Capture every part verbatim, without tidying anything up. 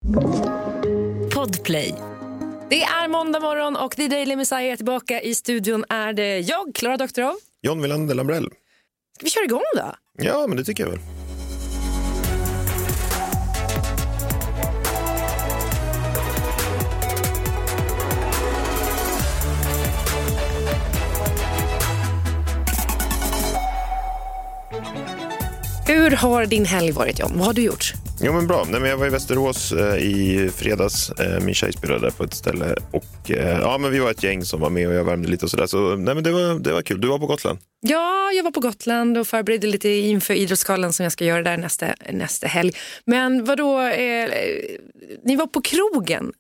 Podplay. Det är måndag morgon och The Daily Messiah är tillbaka. I studion är det jag, Clara Doktorov. John Wilander Lambrell. Ska vi köra igång då? Ja, men det tycker jag väl. Hur har din helg varit, John? Vad har du gjort? Jo, men bra. Nej, men jag var i Västerås eh, i fredags. Eh, min tjej spelade där på ett ställe. Och eh, ja, men vi var ett gäng som var med och jag värmde lite och sådär. Så nej, men det var, det var kul. Du var på Gotland? Ja, jag var på Gotland och förberedde lite inför Idrottsgalan som jag ska göra där nästa, nästa helg. Men vadå, eh, ni var på krogen?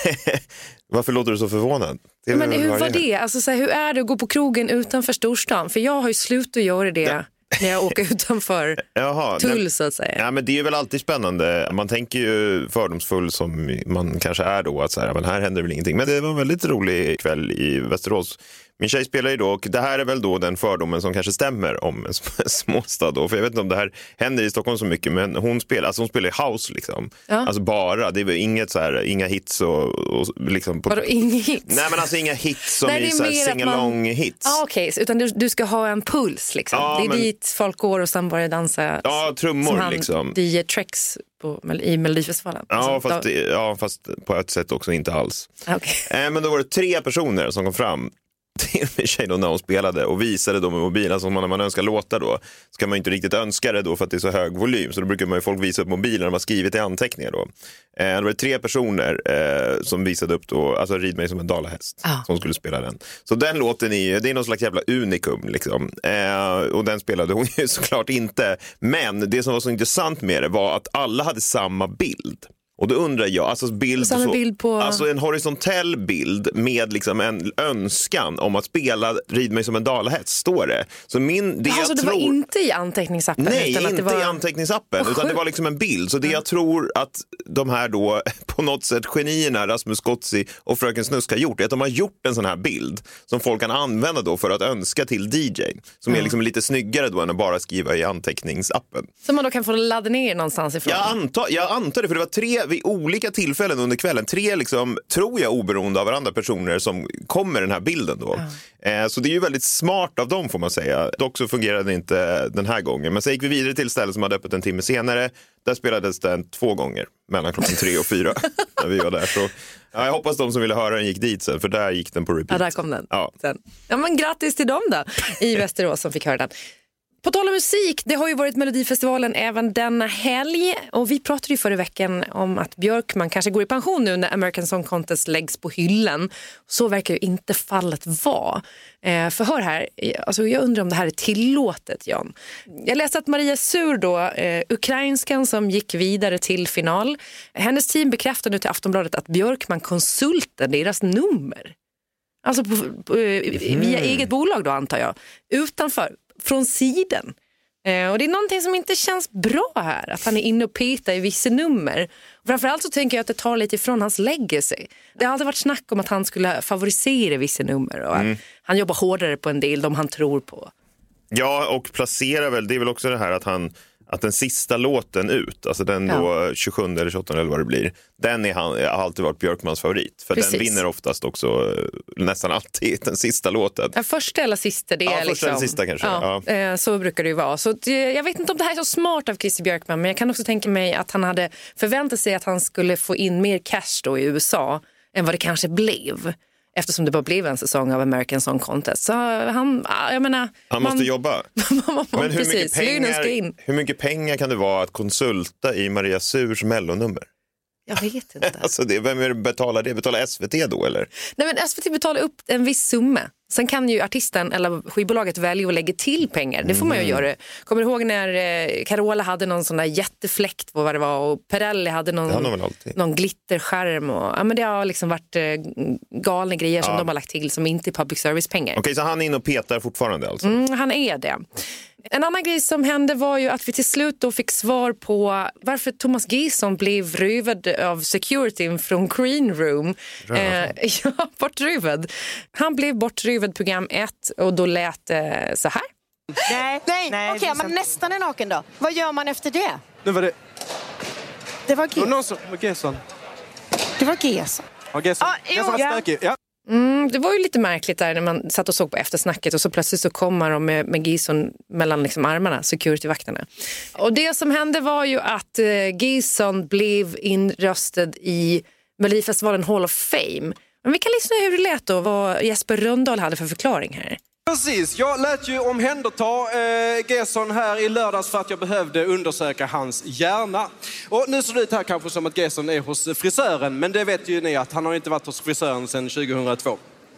Varför låter du så förvånad? Det men hur var det? Alltså, så här, hur är det att gå på krogen utanför storstan? För jag har ju slutat göra det. Ja. När jag åker utanför Jaha, tull nej, så att säga. Ja, men det är väl alltid spännande. Man tänker ju fördomsfull som man kanske är då. Att så här, men här händer väl ingenting. Men det var en väldigt rolig kväll i Västerås. Min tjej spelar ju då och det här är väl då den fördomen som kanske stämmer om en småstad då. För jag vet inte om det här händer i Stockholm så mycket, men hon spelar, alltså hon spelar i house liksom. Ja. Alltså bara, det är väl inget så här, inga hits och, och liksom. På... Vadå, inga hits? Nej, men alltså inga hits som nej, i så här sing-along man... hits. Ah, okej, okay. Utan du, du ska ha en puls liksom. Ja, det är men... dit folk går och sen börjar dansa. Ja, trummor han, liksom. D J Trex på, i Melodifestivalen. Ja, alltså, fast, då... ja, fast på ett sätt också inte alls. Okay. Eh, men då var det tre personer som kom fram till min tjej då när hon spelade och visade då med mobilen. Alltså när man önskar låta då ska man ju inte riktigt önska det då för att det är så hög volym. Så då brukar man ju folk visa upp mobilen när de har skrivit i anteckningar då. Eh, det var tre personer eh, som visade upp då, alltså Rid mig som en dalahäst ah. som skulle spela den. Så den låten är, det är någon slags jävla unikum liksom. Eh, och den spelade hon ju såklart inte. Men det som var så intressant med det var att alla hade samma bild. Och då undrar jag, alltså, bild så, bild på... alltså en horisontell bild med liksom en önskan om att spela Rid mig som en dalahäst, står det. Så min, det alltså, jag det tror... var inte i anteckningsappen? Nej, utan inte att det var... i anteckningsappen, oh, utan det var liksom en bild. Så det jag tror att de här då på något sätt genierna, Rasmus Gotzi och Fröken Snusk har gjort, är att de har gjort en sån här bild som folk kan använda då för att önska till D J. Som mm. är liksom lite snyggare då än att bara skriva i anteckningsappen. Som man då kan få ladda ner någonstans ifrån? Jag antar, jag antar det, för det var tre vid olika tillfällen under kvällen. Tre liksom, tror jag, oberoende av varandra personer som kom med den här bilden då. Mm. Eh, så det är ju väldigt smart av dem får man säga. Dock så fungerade det inte den här gången. Men så gick vi vidare till stället som hade öppet en timme senare. Där spelades den två gånger mellan klockan tre och fyra när vi var där. Så, ja, jag hoppas de som ville höra den gick dit sen, för där gick den på repeat. Ja, där kom den. Ja. Sen. Ja, men grattis till dem då i Västerås som fick höra den. På tal om musik, det har ju varit Melodifestivalen även denna helg och vi pratade ju förra veckan om att Björkman kanske går i pension nu när American Song Contest läggs på hyllan. Så verkar ju inte fallet vara. Eh, för hör här, alltså jag undrar om det här är tillåtet, Jan. Jag läste att Maria Sur då, eh, ukrainskan som gick vidare till final, hennes team bekräftade nu till Aftonbladet att Björkman konsultar deras nummer. Alltså på, på, via mm. eget bolag då antar jag, utanför. Från sidan. Eh, och det är någonting som inte känns bra här. Att han är inne och petar i vissa nummer. Framförallt så tänker jag att det tar lite ifrån hans legacy. Det har alltid varit snack om att han skulle favorisera vissa nummer. Och mm. att han jobbar hårdare på en del, de han tror på. Ja, och placera väl, det är väl också det här att han... Att den sista låten ut, alltså den då ja. tjugosjunde eller tjugoåttonde eller vad det blir, den är han, har alltid varit Björkmans favorit. För Precis. Den vinner oftast också nästan alltid den sista låten. Ja, första eller sista, det är ja, liksom... första eller sista kanske. Ja, ja. Så brukar det ju vara. Så det, jag vet inte om det här är så smart av Christer Björkman, men jag kan också tänka mig att han hade förväntat sig att han skulle få in mer cash då i U S A än vad det kanske blev. Eftersom det bara blev en säsong av American Song Contest. Så han, jag menar... Han man, måste jobba. man, man, Men hur, precis, mycket pengar, in. hur mycket pengar kan det vara att konsulta i Maria Surs mellonummer? Jag vet inte. Alltså det, vem är det betalar det? Betalar S V T då eller? Nej, men S V T betalar upp en viss summa. Sen kan ju artisten eller skivbolaget välja att lägga till pengar. Det får man ju mm. göra. Kommer du ihåg när eh, Carola hade någon sån där jättefläkt på vad det var och Perrelli hade någon, någon glitterskärm och ja, men det har liksom varit eh, galna grejer ja. som de har lagt till som inte är public service pengar. Okej, okay, så han är inne och petar fortfarande alltså? Mm, han är det. En annan grej som hände var ju att vi till slut då fick svar på varför Thomas Gesson blev rövad av securityn från Green Room. Eh, ja, bortrövad. Han blev bortrövad program ett och då lät det eh, så här. Nej, nej, nej okej, okay, men nästan är naken då. Vad gör man efter det? Nu var det... Det var Gesson. Det var någon som var Gesson. Det var Gesson. Ja, Gesson. Ah, jo, Gesson var ja. stökig. Ja. Mm, det var ju lite märkligt där när man satt och såg på eftersnacket och så plötsligt så kommer de med, med Gesson mellan liksom armarna, securityvakterna. Och det som hände var ju att eh, Gesson blev inröstad i Melodifestivalen Hall of Fame. Men vi kan lyssna hur det lät då, vad Jesper Rönndahl hade för förklaring här. Precis, jag lät ju omhänderta eh, Gesson här i lördags för att jag behövde undersöka hans hjärna. Och nu ser det ut här kanske som att Gesson är hos frisören, men det vet ju ni att han har inte varit hos frisören sedan tjugohundratvå.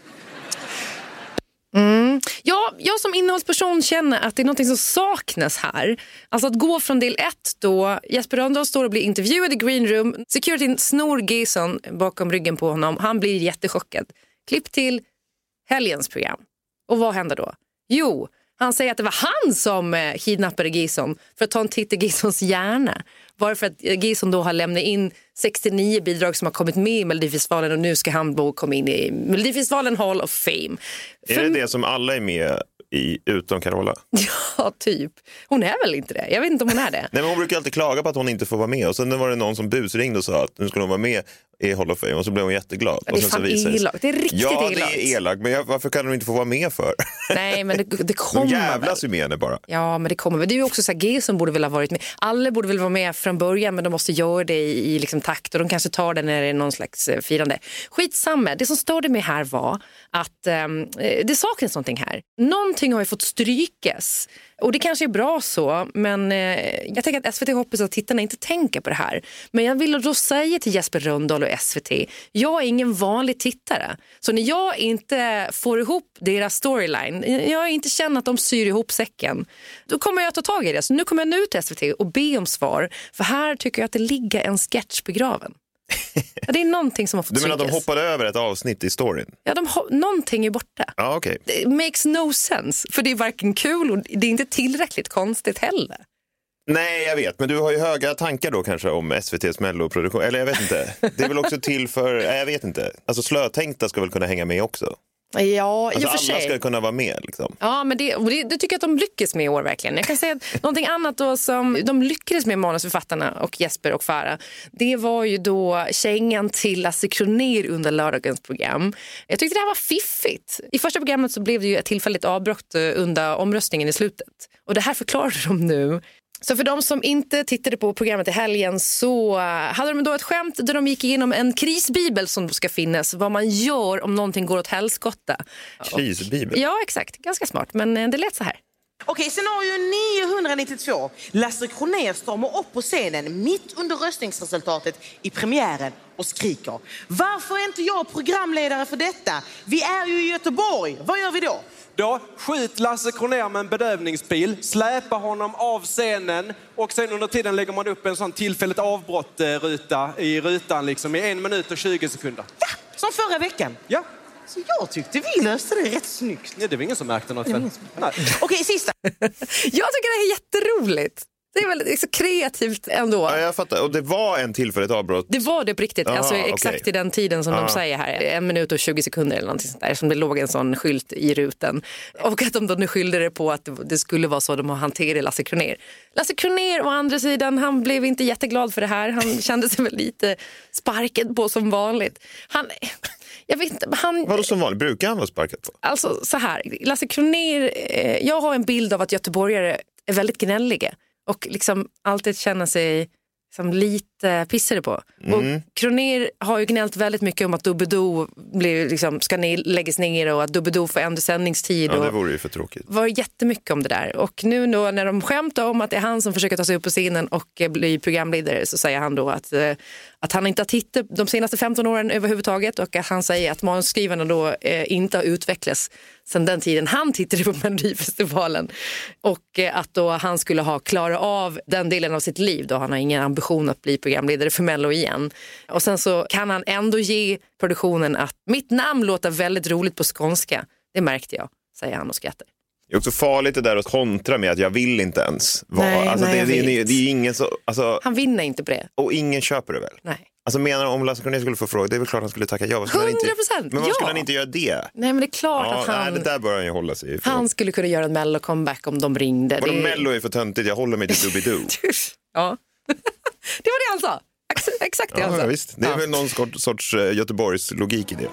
Mm. Ja, jag som innehållsperson känner att det är något som saknas här. Alltså att gå från del ett då Jesper Rönndahl står och blir intervjuad i green room. Securityn snor Gesson bakom ryggen på honom. Han blir jättechockad. Klipp till helgens program. Och vad händer då? Jo, han säger att det var han som kidnappade Gesson för att ta en titt i Gessons hjärna. Bara för att Gesson då har lämnat in sextionio bidrag som har kommit med i Melodifestivalen och nu ska han då komma in i Melodifestivalen Hall of Fame. Är för... det det som alla är med i utom Carola? Ja, typ. Hon är väl inte det? Jag vet inte om hon är det. Nej, men hon brukar alltid klaga på att hon inte får vara med. Och sen var det någon som busringde och sa att nu skulle hon vara med i Hall of Fame. Och så blev hon jätteglad. Ja, det är och sen fan så elakt. Det är riktigt ja, elakt. Ja, det är elakt. Men jag, varför kan hon inte få vara med för? Nej, men det, det kommer de jävlas ju med henne bara. Ja, men det kommer väl. Det är ju också så här, Gesson borde väl ha varit med. Alla borde väl vara med från början, men de måste göra det i, i liksom takt. Och de kanske tar det när det är någon slags eh, firande. Skitsamma. Det som störde mig här var att eh, det saknas någonting här. Någonting har ju fått strykas. Och det kanske är bra så, men eh, jag tänker att S V T hoppas att tittarna inte tänker på det här. Men jag vill då säga till Jesper Rönndahl och S V T, jag är ingen vanlig tittare. Så när jag inte får ihop deras storyline, jag inte känner att de syr ihop säcken, då kommer jag att ta tag i det. Så nu kommer jag nu till S V T och be om svar. För här tycker jag att det ligger en sketch begraven. Ja, det är någonting som har fått Du menar att de psykes. hoppade över ett avsnitt i storyn? Ja, de ho- någonting är borta. Ja, okej. Okay. It makes no sense. För det är varken kul och det är inte tillräckligt konstigt heller. Nej, jag vet. Men du har ju höga tankar då kanske om S V T:s melloproduktion. Eller jag vet inte. Det är väl också till för... Nej, jag vet inte. Alltså slötänkta ska väl kunna hänga med också. Ja, alltså, i och för alla sig. ska kunna vara med liksom. Ja, men det, det, det tycker jag att de lyckas med i år verkligen. Jag kan säga att någonting annat då som de lyckades med, manusförfattarna och Jesper och Farah, det var ju då kängan till Lasse Kronér under lördagens program. Jag tyckte det här var fiffigt. I första programmet så blev det ju ett tillfälligt avbrott under omröstningen i slutet. Och det här förklarade de nu. Så för de som inte tittade på programmet i helgen så hade de då ett skämt där de gick igenom en krisbibel som ska finnas. Vad man gör om någonting går åt helskotta. Krisbibel? Ja, exakt. Ganska smart. Men det lät så här. Okej, scenario niohundranittiotvå. Lasse Kronér stormar upp på scenen mitt under röstningsresultatet i premiären och skriker: varför är inte jag programledare för detta? Vi är ju i Göteborg. Vad gör vi då? Då skjut Lasse Kronér med en bedövningspil, släpa honom av scenen och sen under tiden lägger man upp en sån tillfälligt avbrott-ruta i rutan liksom i en minut och tjugo sekunder. Ja, som förra veckan. Ja. Så jag tyckte vi löste det rätt snyggt. Ja, det var ingen som märkte något. Okej, okay, sista. Jag tycker det är jätteroligt. Det är väldigt så kreativt ändå. Ja, jag fattar. Och det var en tillfälligt avbrott? Det var det på riktigt. Aha, alltså, exakt okay. i den tiden som Aha. de säger här. En minut och tjugo sekunder eller någonting sånt där. Som det låg en sån skylt i rutan. Och att de då nu skyllde det på att det skulle vara så de har hanterat Lasse Kronér. Lasse Kronér å andra sidan, han blev inte jätteglad för det här. Han kände sig väl lite sparkad på som vanligt. Han... Jag vet inte, han... Vadå som vanligt? Brukar han vara sparkat på? Alltså så här, Lasse Kronér, eh, jag har en bild av att göteborgare är väldigt gnälliga och liksom alltid känner sig som lite pissade på. Mm. Och Kronér har ju gnällt väldigt mycket om att Doobidoo blir liksom, ska ni läggas ner och att Doobidoo får ändå sändningstid. Ja, det och vore ju för tråkigt. var jättemycket om det där. Och nu då, när de skämtar om att det är han som försöker ta sig upp på scenen och bli programledare, så säger han då att, att han inte har tittat de senaste femton åren överhuvudtaget och att han säger att manusskrivarna då eh, inte har utvecklats sedan den tiden han tittade på Melodifestivalen och eh, att då han skulle ha klarat av den delen av sitt liv då han har ingen ambition att bli programledare för Mello igen. Och sen så kan han ändå ge produktionen att mitt namn låter väldigt roligt på skånska. Det märkte jag, säger han och skrattar. Det är också farligt det där att kontra med att jag vill inte ens vara. Nej, alltså, nej, det, jag det, vet. det är ingen så, alltså, Han vinner inte på det. och ingen köper det väl? Nej. Alltså menar om Lasse Kronér skulle få fråga, det är väl klart han skulle tacka ja. hundra procent, Men vad ja. skulle han inte göra det? Nej, men det är klart Ja, att han... nej, det där bör han ju hålla sig ifrån. Han skulle kunna göra en Mello-comeback om de ringde. Vadå det... Mello är för töntigt, jag håller mig till Doobidoo. Ja. Det var det han sa. ex- exakt det Ja, alltså. visst. Det är Ja. väl någon sorts, sorts uh, Göteborgs logik i det.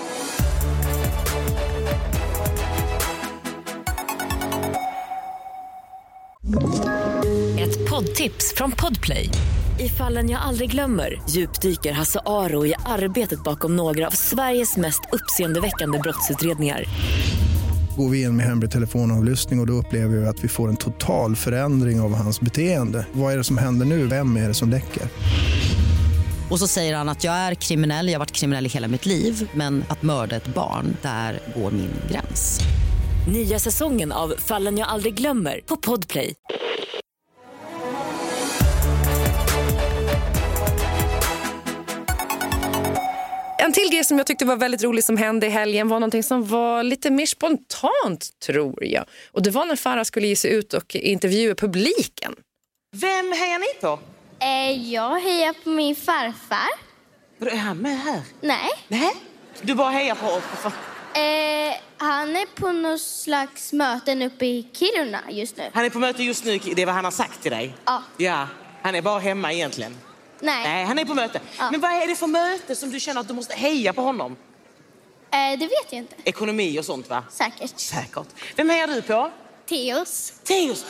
Ett poddtips från Podplay. I Fallen jag aldrig glömmer djupdyker Hasse Aro i arbetet bakom några av Sveriges mest uppseendeväckande brottsutredningar. Går vi in med hemlig telefonavlyssning och, och då upplever vi att vi får en total förändring av hans beteende. Vad är det som händer nu? Vem är det som läcker? Och så säger han att jag är kriminell, jag har varit kriminell i hela mitt liv. Men att mörda ett barn, där går min gräns. Nya säsongen av Fallen jag aldrig glömmer på Podplay. En till grej som jag tyckte var väldigt rolig som hände i helgen var någonting som var lite mer spontant, tror jag. Och det var när Farah skulle ge sig ut och intervjua publiken. Vem hejar ni på? Eh, jag hejar på min farfar. Är han med här? Nej. Nej. Du bara hejar på... på... Eh, han är på något slags möten uppe i Kiruna just nu. Han är på möte just nu, det är vad han har sagt till dig? Ja. Ja, han är bara hemma egentligen. Nej. Nej, han är på möte. Ja. Men vad är det för möte som du känner att du måste heja på honom? Eh, det vet jag inte. Ekonomi och sånt, va? Säkert. Säkert. Vem hejar du på? Teos. Teos.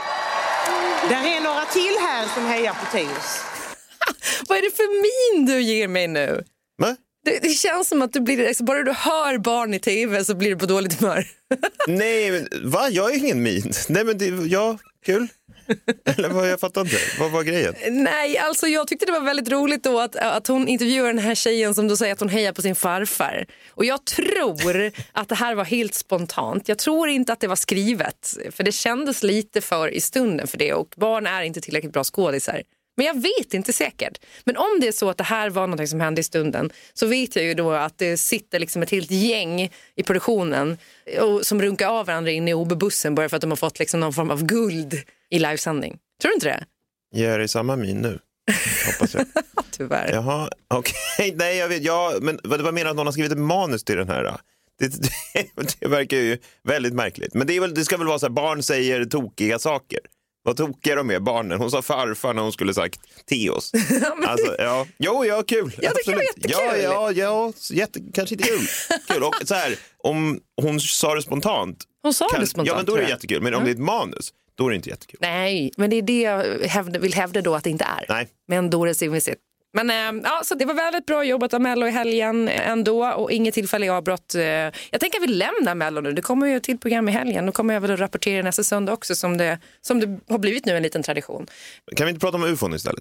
Där är några till här som hejar på Teos. Vad är det för min du ger mig nu? Va? Det, det känns som att du blir, alltså, bara du hör barn i tv så blir du på dåligt humör. Nej, men va? Jag är ingen min. Nej, men det, ja, kul. Eller vad, jag fattar inte. Vad var grejen? Nej, alltså jag tyckte det var väldigt roligt då att, att hon intervjuar den här tjejen som då säger att hon hejar på sin farfar. Och jag tror att det här var helt spontant. Jag tror inte att det var skrivet. För det kändes lite för i stunden för det. Och barn är inte tillräckligt bra skådisar. Men jag vet inte säkert. Men om det är så att det här var något som hände i stunden så vet jag ju då att det sitter liksom ett helt gäng i produktionen och, som runkar av varandra in i O B-bussen bara för att de har fått liksom någon form av guld i livesändning. Tror du inte det? Gör det samma min nu, hoppas jag. Tyvärr. Jaha, okej. Okay. Nej, jag vet. Ja, men vad, vad menar du att någon har skrivit ett manus till den här? Då? Det, det, det verkar ju väldigt märkligt. Men det, är väl, det ska väl vara så här, barn säger tokiga saker. Vad tokiga de är, barnen. Hon sa farfar när hon skulle sagt Teos. Alltså, ja. Jo, ja, kul. Ja, det kan vara jättekul. Ja, ja, ja. Jätte, kanske inte kul. Kul. Och så här, om hon sa det spontant. Hon sa kan, det spontant, ja, men då är det tror jag. jättekul. Men om det är ett manus, då är det inte jättekul. Nej, men det är det jag hävda, vill hävda då att det inte är. Nej. Men då är det simvisigt. Men äh, ja, så det var väldigt bra jobbat av Mello i helgen ändå och inget tillfälle avbrott. Jag tänker att vi lämnar Mello nu. Det kommer ju till program i helgen. Då kommer jag väl att rapportera nästa söndag också som det, som det har blivit nu en liten tradition. Kan vi inte prata om U F O istället?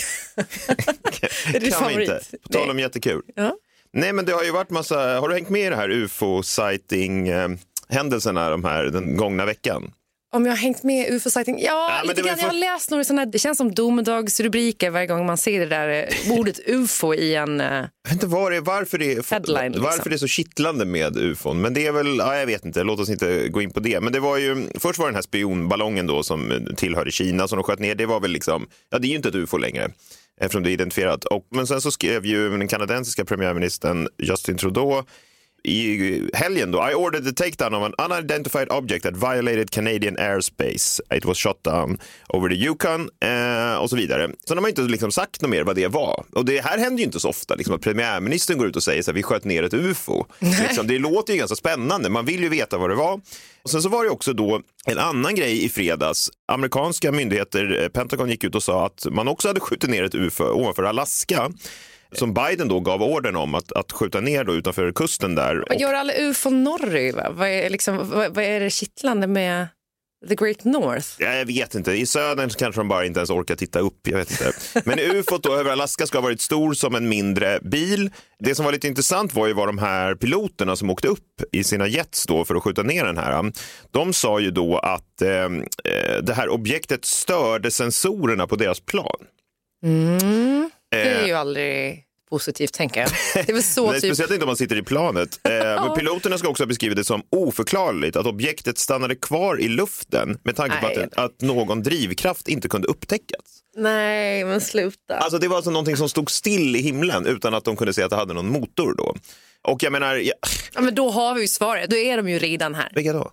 Det är din kan favorit. vi inte. På tal om jättekul. Ja. Nej, men det har ju varit massa... Har du hängt med i det här U F O-sighting-händelserna de här, den gångna veckan? Om jag har hängt med U F O-sighting? Ja, Ja, men lite det var grann. Jag har för- läst några sådana. Det känns som domedagsrubriker varje gång man ser det där eh, ordet U F O i en... eh, Jag vet inte var det, varför, det är, Headline, liksom. varför det är så kittlande med U F O. Men det är väl, ja, jag vet inte, låt oss inte gå in på det. Men det var ju, först var den här spionballongen då som tillhörde Kina som de sköt ner. Det var väl liksom, ja, det är ju inte ett U F O längre. Eftersom det är identifierat. Och, men sen så skrev ju den kanadensiska premiärministern Justin Trudeau i helgen då, I ordered the takedown of an unidentified object that violated Canadian airspace. It was shot down over the Yukon eh, och så vidare. Så de har inte liksom sagt något mer vad det var. Och det här händer ju inte så ofta, liksom, att premiärministern går ut och säger så här, vi sköt ner ett U F O. Liksom, det låter ju ganska spännande, man vill ju veta vad det var. Och sen så var det också då en annan grej i fredags. Amerikanska myndigheter, Pentagon, gick ut och sa att man också hade skjutit ner ett U F O ovanför Alaska. Som Biden då gav orden om att, att skjuta ner då utanför kusten där. Vad gör alla U F O norrut? Va? Vad, är liksom, vad, vad är det kittlande med The Great North? Ja, jag vet inte. I södern kanske de bara inte ens orkar titta upp. Jag vet inte. Men U F O då över Alaska ska ha varit stor som en mindre bil. Det som var lite intressant var ju vad de här piloterna som åkte upp i sina jets då för att skjuta ner den här. De sa ju då att eh, det här objektet störde sensorerna på deras plan. Mm. Det är ju aldrig positivt, tänker jag. Det är väl så Nej, typ... speciellt inte om man sitter i planet. Eh, men piloterna ska också ha beskrivit det som oförklarligt att objektet stannade kvar i luften med tanke på Nej. att, att någon drivkraft inte kunde upptäckas. Nej, men sluta. Alltså det var alltså någonting som stod still i himlen utan att de kunde se att det hade någon motor då. Och jag menar... Ja, Ja, men då har vi ju svaret. Då är de ju redan här. vilka då?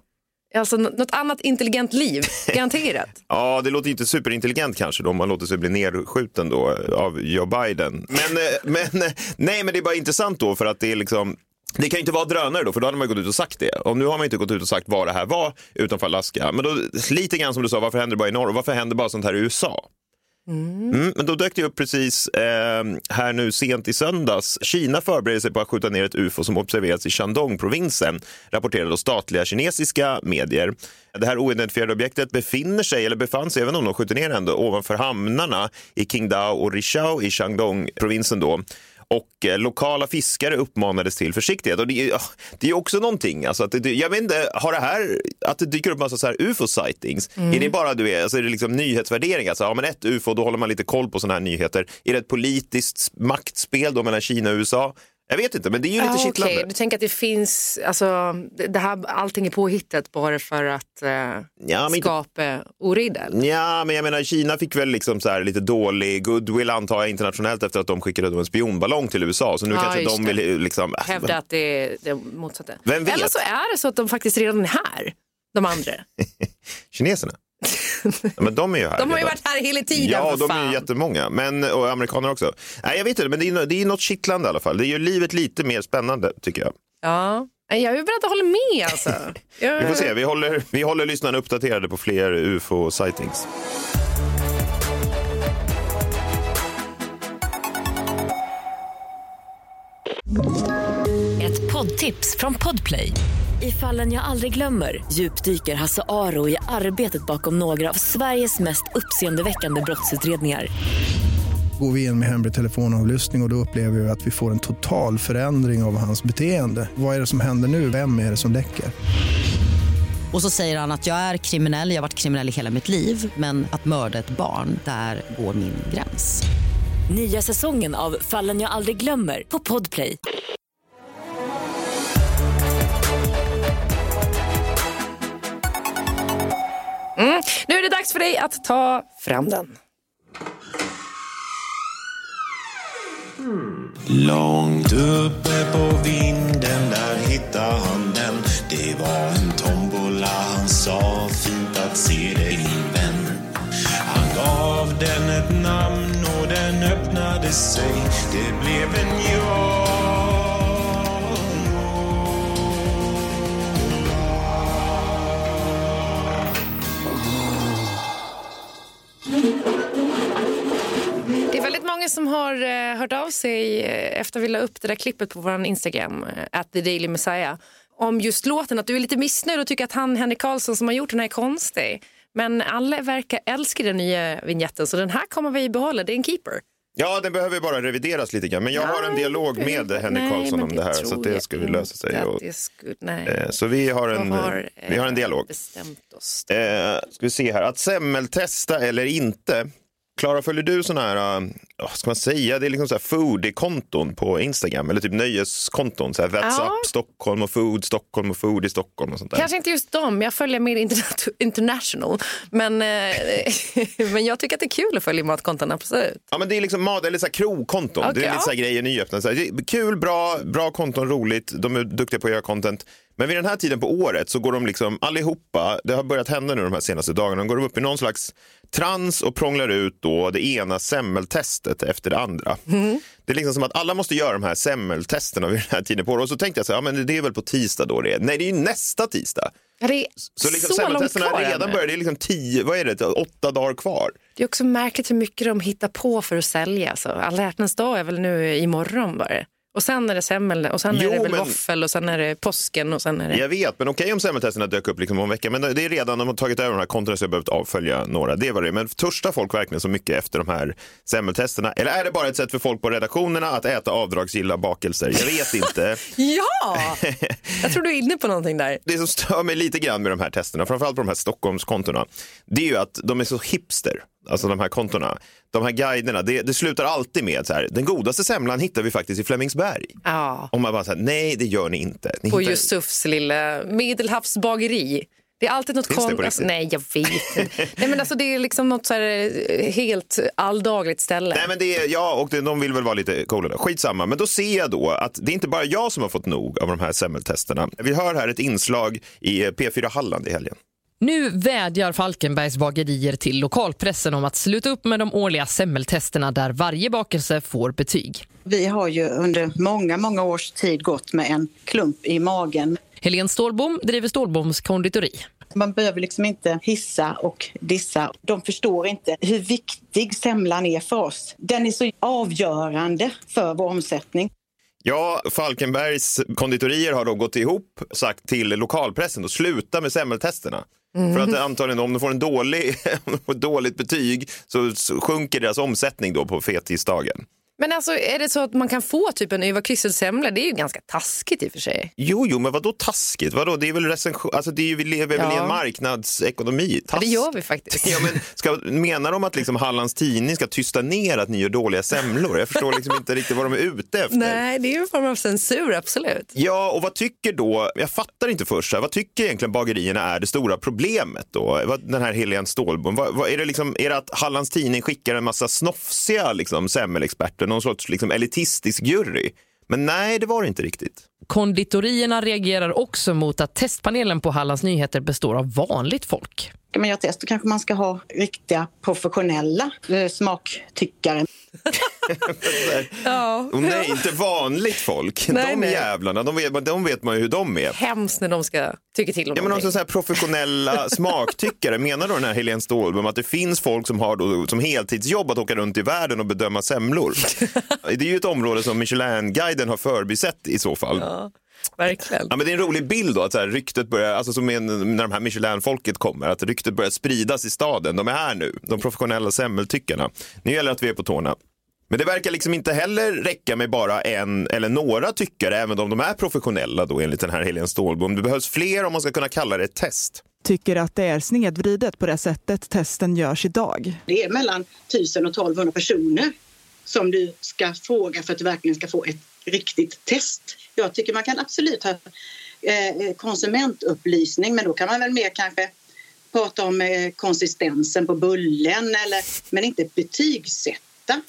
Alltså något annat intelligent liv, garanterat. Ja, det låter inte superintelligent kanske då, om man låter sig bli nedskjuten då av Joe Biden. Men, men, nej, men det är bara intressant då för att det är liksom... Det kan ju inte vara drönare då, för då hade man gått ut och sagt det. Och nu har man inte gått ut och sagt vad det här var utanför Alaska. Men då, lite grann som du sa, varför händer det bara i norr? Och varför händer bara sånt här i U S A? Mm. Mm, men då dök det upp precis eh, här nu sent i söndags. Kina förbereder sig på att skjuta ner ett U F O som observerats i Shandong-provinsen, rapporterade då statliga kinesiska medier. Det här oidentifierade objektet befinner sig, eller befann sig, även om de skjuter ner ändå, ovanför hamnarna i Qingdao och Rizhao i Shandong-provinsen då. Och eh, lokala fiskare uppmanades till försiktighet. Och det, är, det är också någonting. Alltså att det, jag vet inte, har det här, att det dyker upp massa så här U F O-sightings. Mm. Är det bara, du vet, alltså är det liksom nyhetsvärdering? Alltså, ja, men ett U F O, då håller man lite koll på såna här nyheter. Är det ett politiskt maktspel då mellan Kina och U S A? Jag vet inte, men det är ju lite ah, kittlande. Okay. Du tänker att det finns, alltså, det här, allting är påhittat bara för att eh, ja, skapa inte... oridel? Ja, men jag menar, Kina fick väl liksom så här lite dålig goodwill, antar jag, internationellt efter att de skickade en spionballong till U S A. Så nu ah, kanske de vill liksom... hävda att det är det motsatta. Vem vet? Eller så är det så att de faktiskt redan är här, de andra. Kineserna? Ja, men de är ju här. De har ju varit här hela tiden. Ja, de är ju jättemånga. Men, och amerikaner också. Nej, jag vet inte, men det är, det är något kittlande i alla fall. Det gör livet lite mer spännande, tycker jag. Ja, jag är beredd att hålla med alltså. Jag... Vi får se, vi håller, vi håller lyssnarna uppdaterade på fler U F O-sightings. Ett poddtips från Podplay. I Fallen jag aldrig glömmer djupdyker Hasse Aro i arbetet bakom några av Sveriges mest uppseendeväckande brottsutredningar. Går vi in med hemlig telefonavlyssning och, och då upplever vi att vi får en total förändring av hans beteende. Vad är det som händer nu? Vem är det som läcker? Och så säger han att jag är kriminell, jag har varit kriminell i hela mitt liv. Men att mörda ett barn, där går min gräns. Nya säsongen av Fallen jag aldrig glömmer på Podplay. Mm. Nu är det dags för dig att ta fram den. Mm. Långt uppe på vinden, där hittade han den. Det var en tombola, han sa fint att se dig min vän. Han gav den ett namn och den öppnade sig. Det blev en ja. Det är väldigt många som har uh, hört av sig uh, efter att vi la upp det där klippet på vår Instagram, uh, at the Daily Messiah, om just låten, att du är lite missnöjd och tycker att han, Henrik Karlsson, som har gjort den här är konstig. Men alla verkar älska den nya vignetten, så den här kommer vi behålla, det är en keeper. Ja, den behöver bara revideras lite grann. Men jag har en dialog med Henrik Karlsson om det här, så det skulle lösa sig. Och, nej. Så vi har en, har, vi har en dialog. Bestämt oss. Eh, ska vi se här. Att semmeltesta eller inte. Klara, följer du såna här, uh, ska man säga, det är liksom så här foodie-konton på Instagram, eller typ nöjeskonton, så här What's ja. Up Stockholm och Food Stockholm och Food i Stockholm och sånt där. Kanske inte just dem, jag följer mer interna- international, men, eh, men jag tycker att det är kul att följa matkonton, absolut. Ja, men det är liksom mat, eller så här krogkonton, okay, det är lite så här grejer nyöppnade, så här, kul, bra, bra konton, roligt, de är duktiga på att göra content. Men vid den här tiden på året så går de liksom allihopa, det har börjat hända nu de här senaste dagarna, de går upp i någon slags trans och prånglar ut då det ena semmeltestet efter det andra. Mm. Det är liksom som att alla måste göra de här semmeltesterna vid den här tiden på året. Och så tänkte jag så här, ja men det är väl på tisdag då det är. Nej, det är ju nästa tisdag. Ja, det är så liksom så semmeltesterna långt kvar redan börjar, det är liksom tio, vad är det, åtta dagar kvar. Det är också märkligt hur mycket de hittar på för att sälja. Så alla hjärtans dag är väl nu imorgon bara. Och sen är det semmel, och sen jo, är det väl men... våffel, och sen är det påsken, och sen är det... Jag vet, men okej okay, om semmeltesterna dök upp liksom om en vecka, men det är redan, de har tagit över de här kontona, så jag behövt avfölja några, det var det. Men törstar folk verkligen så mycket efter de här semmeltesterna? Eller är det bara ett sätt för folk på redaktionerna att äta avdragsgilla bakelser? Jag vet inte. Ja! Jag tror du är inne på någonting där. Det som stör mig lite grann med de här testerna, framförallt på de här Stockholmskontona, det är ju att de är så hipster. Alltså de här kontona, de här guiderna, det, det slutar alltid med så här, den godaste semlan hittar vi faktiskt i Flemingsberg. Ja. Och man bara så här, nej det gör ni inte. Ni på hittar... Yusufs lilla Medelhavsbageri. Det är alltid något konstigt. Alltså, nej, jag vet inte. Nej, men alltså, det är liksom något så här helt alldagligt ställe. Nej, men det är, ja, och det, de vill väl vara lite coolare. Skitsamma. Men då ser jag då att det är inte bara jag som har fått nog av de här semmeltesterna. Vi hör här ett inslag i P fyra Halland i helgen. Nu vädjar Falkenbergs bagerier till lokalpressen om att sluta upp med de årliga semmeltesterna där varje bakelse får betyg. Vi har ju under många, många års tid gått med en klump i magen. Helene Stålbom driver Stålboms konditori. Man behöver liksom inte hissa och dissa. De förstår inte hur viktig semlan är för oss. Den är så avgörande för vår omsättning. Ja, Falkenbergs konditorier har då gått ihop och sagt till lokalpressen att sluta med semmeltesterna. Mm. För att antagligen om de får en dålig, om de får ett dåligt betyg så sjunker deras omsättning då på fettisdagen. Men alltså, är det så att man kan få typ en Ylva Kryssel-semla? Det är ju ganska taskigt i och för sig. Jo, jo, men vadå taskigt? Vadå? Det är väl recension... Alltså, det är ju, vi lever ja. väl i en marknadsekonomi. Ja, det gör vi faktiskt. Ja, men ska, menar de att liksom Hallands Tidning ska tysta ner att ni gör dåliga semlor? Jag förstår liksom inte riktigt vad de är ute efter. Nej, det är ju en form av censur, absolut. Ja, och vad tycker då... Jag fattar inte först. Vad tycker egentligen bagerierna är det stora problemet då? Vad, den här Helene Stålbom. Vad, vad, är, det liksom, är det att Hallands Tidning skickar en massa snofsiga liksom, semmelexperter? Någon sorts liksom elitistisk jury. Men nej, det var det inte riktigt. Konditorierna reagerar också mot att testpanelen på Hallands Nyheter består av vanligt folk. Ska man göra test, då kanske man ska ha riktiga professionella eh, smaktyckare. Ja. Och nej, inte vanligt folk. Nej, de nej. jävlarna, de vet, de vet man ju hur de är. Hemskt när de ska tycka till om ja, men också så här professionella smaktyckare. Menar då den här Helene Stålbom att det finns folk som har då, som heltidsjobb att åka runt i världen och bedöma semlor? Det är ju ett område som Michelin-guiden har förbisett i så fall. Ja. Verkligen. Ja, men det är en rolig bild då att så här, ryktet börjar, alltså som en, när de här Michelin-folket kommer, att ryktet börjar spridas i staden. De är här nu, de professionella semmeltyckarna. Nu gäller att vi är på tårna. Men det verkar liksom inte heller räcka med bara en eller några tyckare, även om de är professionella då enligt den här Helene Stålbom. Det behövs fler om man ska kunna kalla det ett test. Tycker att det är snedvridet på det sättet testen görs idag. Det är mellan tusen och tolvhundra personer som du ska fråga för att du verkligen ska få ett riktigt test. Jag tycker man kan absolut ha eh, konsumentupplysning, men då kan man väl mer kanske prata om eh, konsistensen på bullen, eller, men inte betygsätta.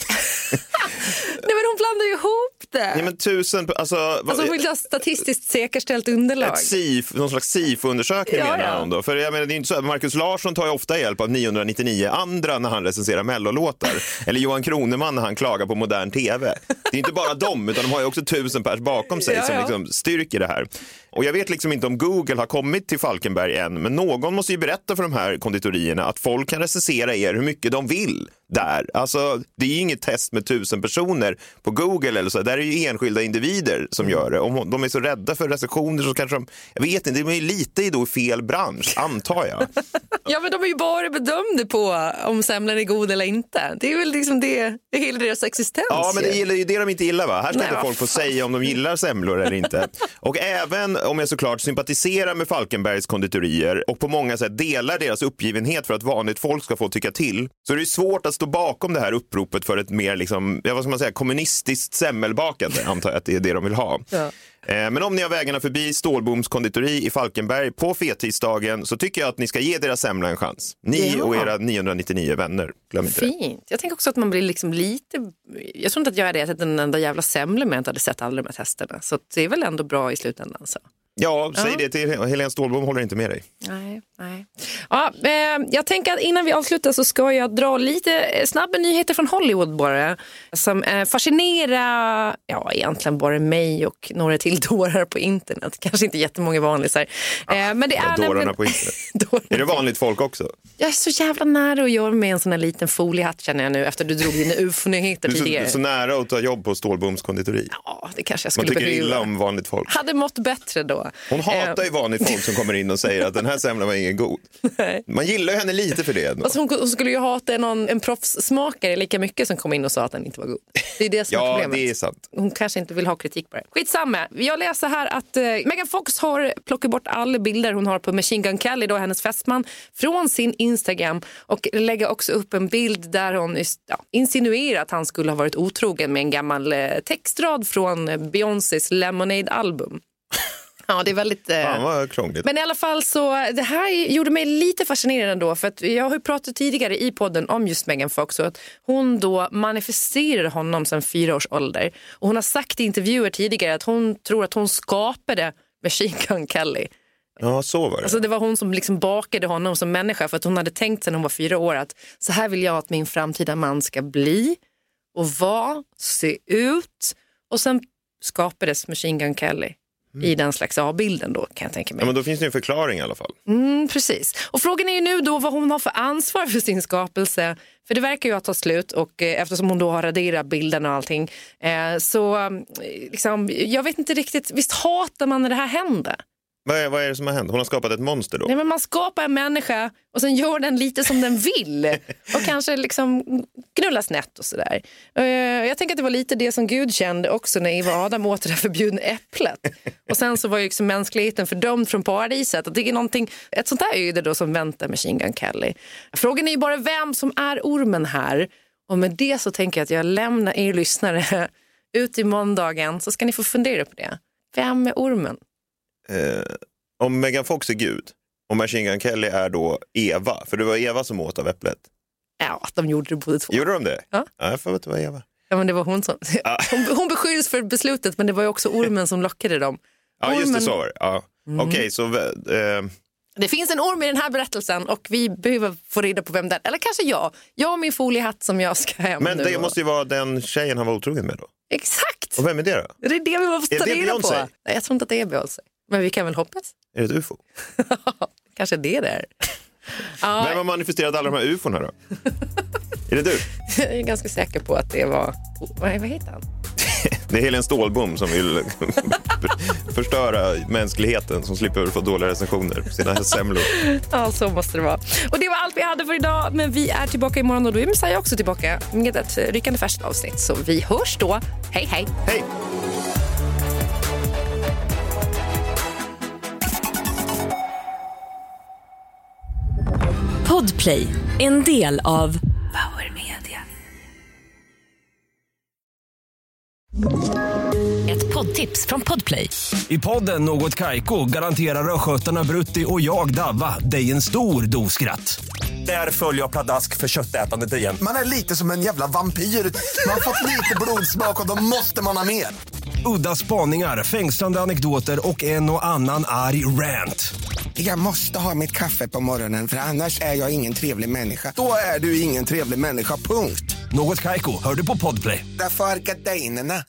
Nej, men de blandar ju ihop det. Nej, men tusen, alltså, alltså de vill ha statistiskt säkerställt underlag. Ett S I F, någon slags S I F undersökning ja, menar de då. För jag menar, det är inte så, Marcus Larsson tar ju ofta hjälp av niohundranittionio andra när han recenserar mellolåtar. Eller Johan Kroneman när han klagar på modern tv. Det är inte bara dem, utan de har ju också tusen pers bakom sig ja, som liksom styrker det här. Och jag vet liksom inte om Google har kommit till Falkenberg än, men någon måste ju berätta för de här konditorierna att folk kan recensera er hur mycket de vill där. Alltså, det är ju inget test med tusen personer på Google eller så. Där är ju enskilda individer som gör det. Om de är så rädda för recensioner så kanske de, jag vet inte, det är lite i då fel bransch, antar jag. Ja, men de är ju bara bedömda på om semlan är god eller inte. Det är väl liksom det, det är hela deras existens. Ja, men det är ju det de inte gillar, va? Här ska Nej, inte folk få säga om de gillar semlor eller inte. Och även om jag såklart sympatiserar med Falkenbergs konditorier och på många sätt delar deras uppgivenhet för att vanligt folk ska få tycka till, så är det svårt att stå bakom det här uppropet för ett mer liksom, ja, vad ska man säga, kommunistiskt semmelbakande, antar jag att det är det de vill ha. Ja. Men om ni har vägarna förbi Stålboms konditori i Falkenberg på fettisdagen så tycker jag att ni ska ge deras semla en chans. Ni ja. och era niohundranittionio vänner. Glöm inte Fint. det. Jag tänker också att man blir liksom lite... Jag tror inte att jag hade ätit en enda jävla semla med att jag hade sett alla de här testerna. Så det är väl ändå bra i slutändan. Så. Ja, säg ja. det till Helene Stålbom, håller inte med dig. Nej, nej. Ja, eh, jag tänker att innan vi avslutar så ska jag dra lite snabba nyheter från Hollywood bara. Som eh, fascinerar, ja egentligen bara mig och några till dårar på internet. Kanske inte jättemånga vanlisar. Eh, ah, men det är dårarna nämligen... på internet. Är det vanligt folk också? Jag är så jävla nära att göra med en sån här liten foliehatt känner jag nu efter du drog dina U F O-nyheter tidigare. Du är så nära att ta jobb på Stålboms konditori. Ja, det kanske jag skulle behöva. Man tycker behöva. illa om vanligt folk. Hade mått bättre då. Hon hatar ju vanligt folk som kommer in och säger att den här semlan var ingen god. Nej. Man gillar ju henne lite för det. Alltså hon, hon skulle ju hata någon, en proffssmakare lika mycket som kom in och sa att den inte var god. Det är det som ja, är problemet. Ja, det är sant. Hon kanske inte vill ha kritik på det. Skitsamma. Jag läser här att eh, Megan Fox har plockat bort alla bilder hon har på Machine Gun Kelly, då hennes fästman, från sin Instagram och lägger också upp en bild där hon ja, insinuerar att han skulle ha varit otrogen med en gammal eh, textrad från Beyoncés Lemonade-album. Ja, det är väldigt... Eh... Ja, vad krångligt. Men i alla fall så, det här gjorde mig lite fascinerad ändå. För att jag har ju pratat tidigare i podden om just Megan Fox. Och att hon då manifesterade honom sedan fyra års ålder. Och hon har sagt i intervjuer tidigare att hon tror att hon skapade Machine Gun Kelly. Ja, så var det. Alltså det var hon som liksom bakade honom som människa. För att hon hade tänkt sedan hon var fyra år att så här vill jag att min framtida man ska bli. Och vara, se ut. Och sen skapades Machine Gun Kelly. Mm. I den slags avbilden då, kan jag tänka mig. Ja, men då finns det en förklaring i alla fall. Mm, precis. Och frågan är ju nu då vad hon har för ansvar för sin skapelse. För det verkar ju ha tagit slut och eh, eftersom hon då har raderat bilden och allting. Eh, så eh, liksom, jag vet inte riktigt, visst hatar man när det här händer? Vad är, vad är det som har hänt? Hon har skapat ett monster då? Nej, men man skapar en människa och sen gör den lite som den vill. Och kanske liksom knulla snett och sådär. Uh, jag tänker att det var lite det som Gud kände också när Eva och Adam åt det där förbjudna äpplet. Och sen så var ju liksom mänskligheten fördömd från paradiset. Och det är någonting, ett sånt där öde då som väntar Machine Gun Kelly. Frågan är ju bara vem som är ormen här. Och med det så tänker jag att jag lämnar er lyssnare ut i måndagen. Så ska ni få fundera på det. Vem är ormen? Eh, om Megan Fox är Gud och Machine Gun Kelly är då Eva, för det var Eva som åt av äpplet. Ja, de gjorde det båda två. Gjorde de det? Ja. Ja, jag får vet det var Eva. Ja, men det var hon som... Hon, hon beskylls för beslutet, men det var ju också ormen som lockade dem. Ja, ormen... just det, så var det. Ja. Mm. Okej, okay, så... Eh... Det finns en orm i den här berättelsen och vi behöver få reda på vem det är. Eller kanske jag. Jag och min foliehatt som jag ska hem Men nu det och... måste ju vara den tjejen han var otrogen med då. Exakt! Och vem är det då? Det är det vi måste ta reda på. Nej, jag tror inte att det är Beyoncé. Men vi kan väl hoppas. Är det ett U F O? Kanske det där. Ja. Vem har manifesterat alla de här U F O-erna då? Är det du? Jag är ganska säker på att det var... Vad heter han? Det är Helen Stålbom som vill förstöra mänskligheten som slipper få dåliga recensioner på sina semlor. Ja, så måste det vara. Och det var allt vi hade för idag, men vi är tillbaka imorgon och då är Messiah också tillbaka med ett ryckande färskt avsnitt. Så vi hörs då. Hej, hej! Hej! Podplay, en del av Power Media. Ett poddtips från Podplay. I podden Något Kaiko garanterar röskötarna Brutti och jag Davva dig en stor doskratt. Där följer jag pladask för köttätandet igen. Man är lite som en jävla vampyr. Man har fått lite blodsmak och då måste man ha mer. Udda spaningar, fängslande anekdoter och en och annan arg rant. Jag måste ha mitt kaffe på morgonen för annars är jag ingen trevlig människa. Då är du ingen trevlig människa, punkt. Något Kaiko, hör du på Podplay. Därför är gardinerna.